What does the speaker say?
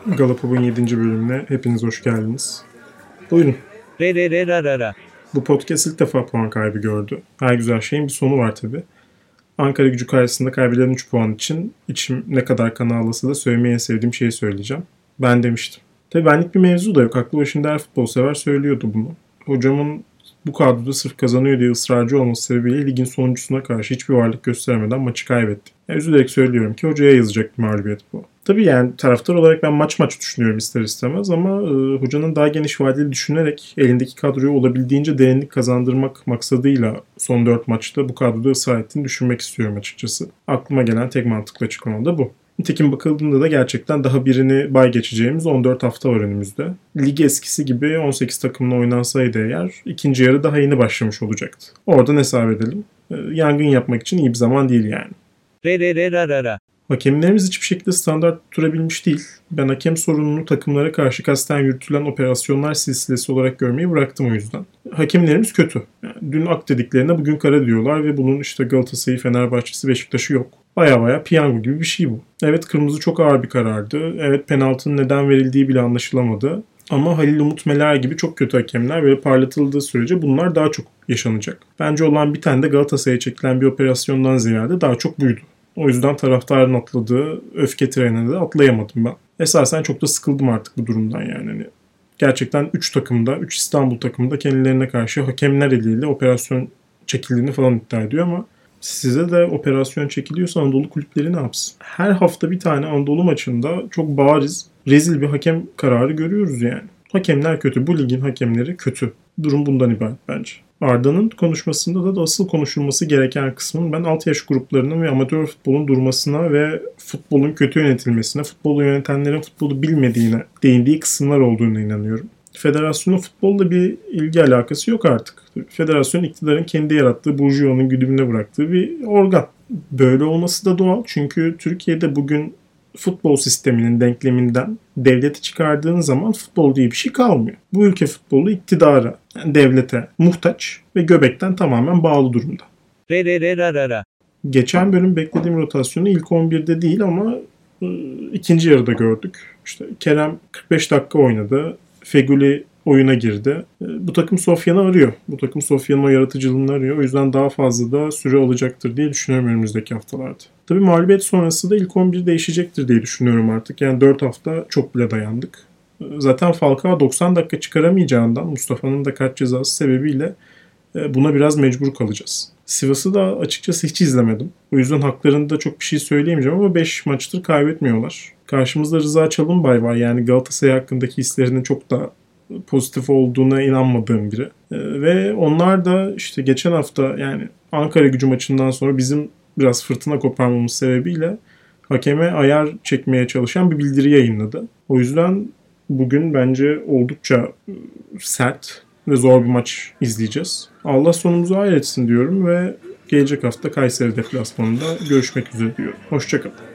Galapagos'un 7. bölümüne hepiniz hoş geldiniz. Buyurun. Re re re ra ra ra. Bu podcast ilk defa puan kaybı gördü. Her güzel şeyin bir sonu var tabii. Ankara Gücü karşısında kaybedilen 3 puan için içim ne kadar kan ağlasa da söylemeyi en sevdiğim şeyi söyleyeceğim. Ben demiştim. Tabii benlik bir mevzu da yok. Aklı başında her futbol sever söylüyordu bunu. Hocamın bu kadroda sırf kazanıyor diye ısrarcı olması sebebiyle ligin sonuncusuna karşı hiçbir varlık gösteremeden maçı kaybetti. Üzülerek söylüyorum ki hocaya yazacak bir mağlubiyet bu. Tabii yani taraftar olarak ben maç düşünüyorum ister istemez ama hocanın daha geniş vadeli düşünerek elindeki kadroyu olabildiğince derinlik kazandırmak maksadıyla son 4 maçta bu kadroda ısrar ettiğini düşünmek istiyorum açıkçası. Aklıma gelen tek mantıklı açıklama da bu. Nitekim bakıldığında da gerçekten daha birini bay geçeceğimiz 14 hafta var önümüzde. Lig eskisi gibi 18 takımla oynansaydı eğer ikinci yarı daha yeni başlamış olacaktı. Oradan hesap edelim. Yangın yapmak için iyi bir zaman değil yani. Re re re ra ra ra. Hakemlerimiz hiçbir şekilde standart tutturabilmiş değil. Ben hakem sorununu takımlara karşı kasten yürütülen operasyonlar silsilesi olarak görmeyi bıraktım o yüzden. Hakemlerimiz kötü. Yani dün ak dediklerine bugün kara diyorlar ve bunun işte Galatasaray'ı, Fenerbahçe'si, Beşiktaş'ı yok. Baya piyango gibi bir şey bu. Evet kırmızı çok ağır bir karardı. Evet penaltının neden verildiği bile anlaşılamadı. Ama Halil Umut Meler gibi çok kötü hakemler böyle parlatıldığı sürece bunlar daha çok yaşanacak. Bence olan bir tane de Galatasaray'a çekilen bir operasyondan ziyade daha çok buydu. O yüzden taraftarın atladığı öfke trenine de atlayamadım ben. Esasen çok da sıkıldım artık bu durumdan yani. Hani gerçekten 3 takımda, 3 İstanbul takımında kendilerine karşı hakemler eliyle operasyon çekildiğini falan iddia ediyor ama size de operasyon çekiliyorsa Anadolu kulüpleri ne yapsın? Her hafta bir tane Anadolu maçında çok bariz, rezil bir hakem kararı görüyoruz yani. Hakemler kötü. Bu ligin hakemleri kötü. Durum bundan ibaret bence. Arda'nın konuşmasında da asıl konuşulması gereken kısmın ben alt yaş gruplarının ve amatör futbolun durmasına ve futbolun kötü yönetilmesine, futbolu yönetenlerin futbolu bilmediğine değindiği kısımlar olduğuna inanıyorum. Federasyonun futbolla bir ilgi alakası yok artık. Federasyon iktidarın kendi yarattığı, burjuvanın güdümüne bıraktığı bir organ. Böyle olması da doğal çünkü Türkiye'de bugün futbol sisteminin denkleminden devleti çıkardığın zaman futbol diye bir şey kalmıyor. Bu ülke futbolu iktidara, yani devlete muhtaç ve göbekten tamamen bağlı durumda. Re re re ra ra ra. Geçen bölüm beklediğim rotasyonu ilk 11'de değil ama ikinci yarıda gördük. İşte Kerem 45 dakika oynadı. Feguli oyuna girdi. Bu takım Sofyan'ı arıyor. Bu takım Sofyan'ın o yaratıcılığını arıyor. O yüzden daha fazla da süre alacaktır diye düşünüyorum önümüzdeki haftalarda. Tabii mağlubiyet sonrası da ilk 11 değişecektir diye düşünüyorum artık. Yani 4 hafta çok bile dayandık. Zaten Falcao 90 dakika çıkaramayacağından Mustafa'nın da kart cezası sebebiyle buna biraz mecbur kalacağız. Sivas'ı da açıkçası hiç izlemedim. O yüzden haklarında çok bir şey söyleyemeyeceğim ama 5 maçtır kaybetmiyorlar. Karşımızda Rıza Çalınbay var. Yani Galatasaray hakkındaki hislerinin çok da pozitif olduğuna inanmadığım biri. Ve onlar da işte geçen hafta yani Ankara Gücü maçından sonra bizim biraz fırtına koparmamız sebebiyle hakeme ayar çekmeye çalışan bir bildiri yayınladı. O yüzden bugün bence oldukça sert ve zor bir maç izleyeceğiz. Allah sonumuzu hayır etsin diyorum ve gelecek hafta Kayseri deplasmanında görüşmek üzere diyorum. Hoşçakalın.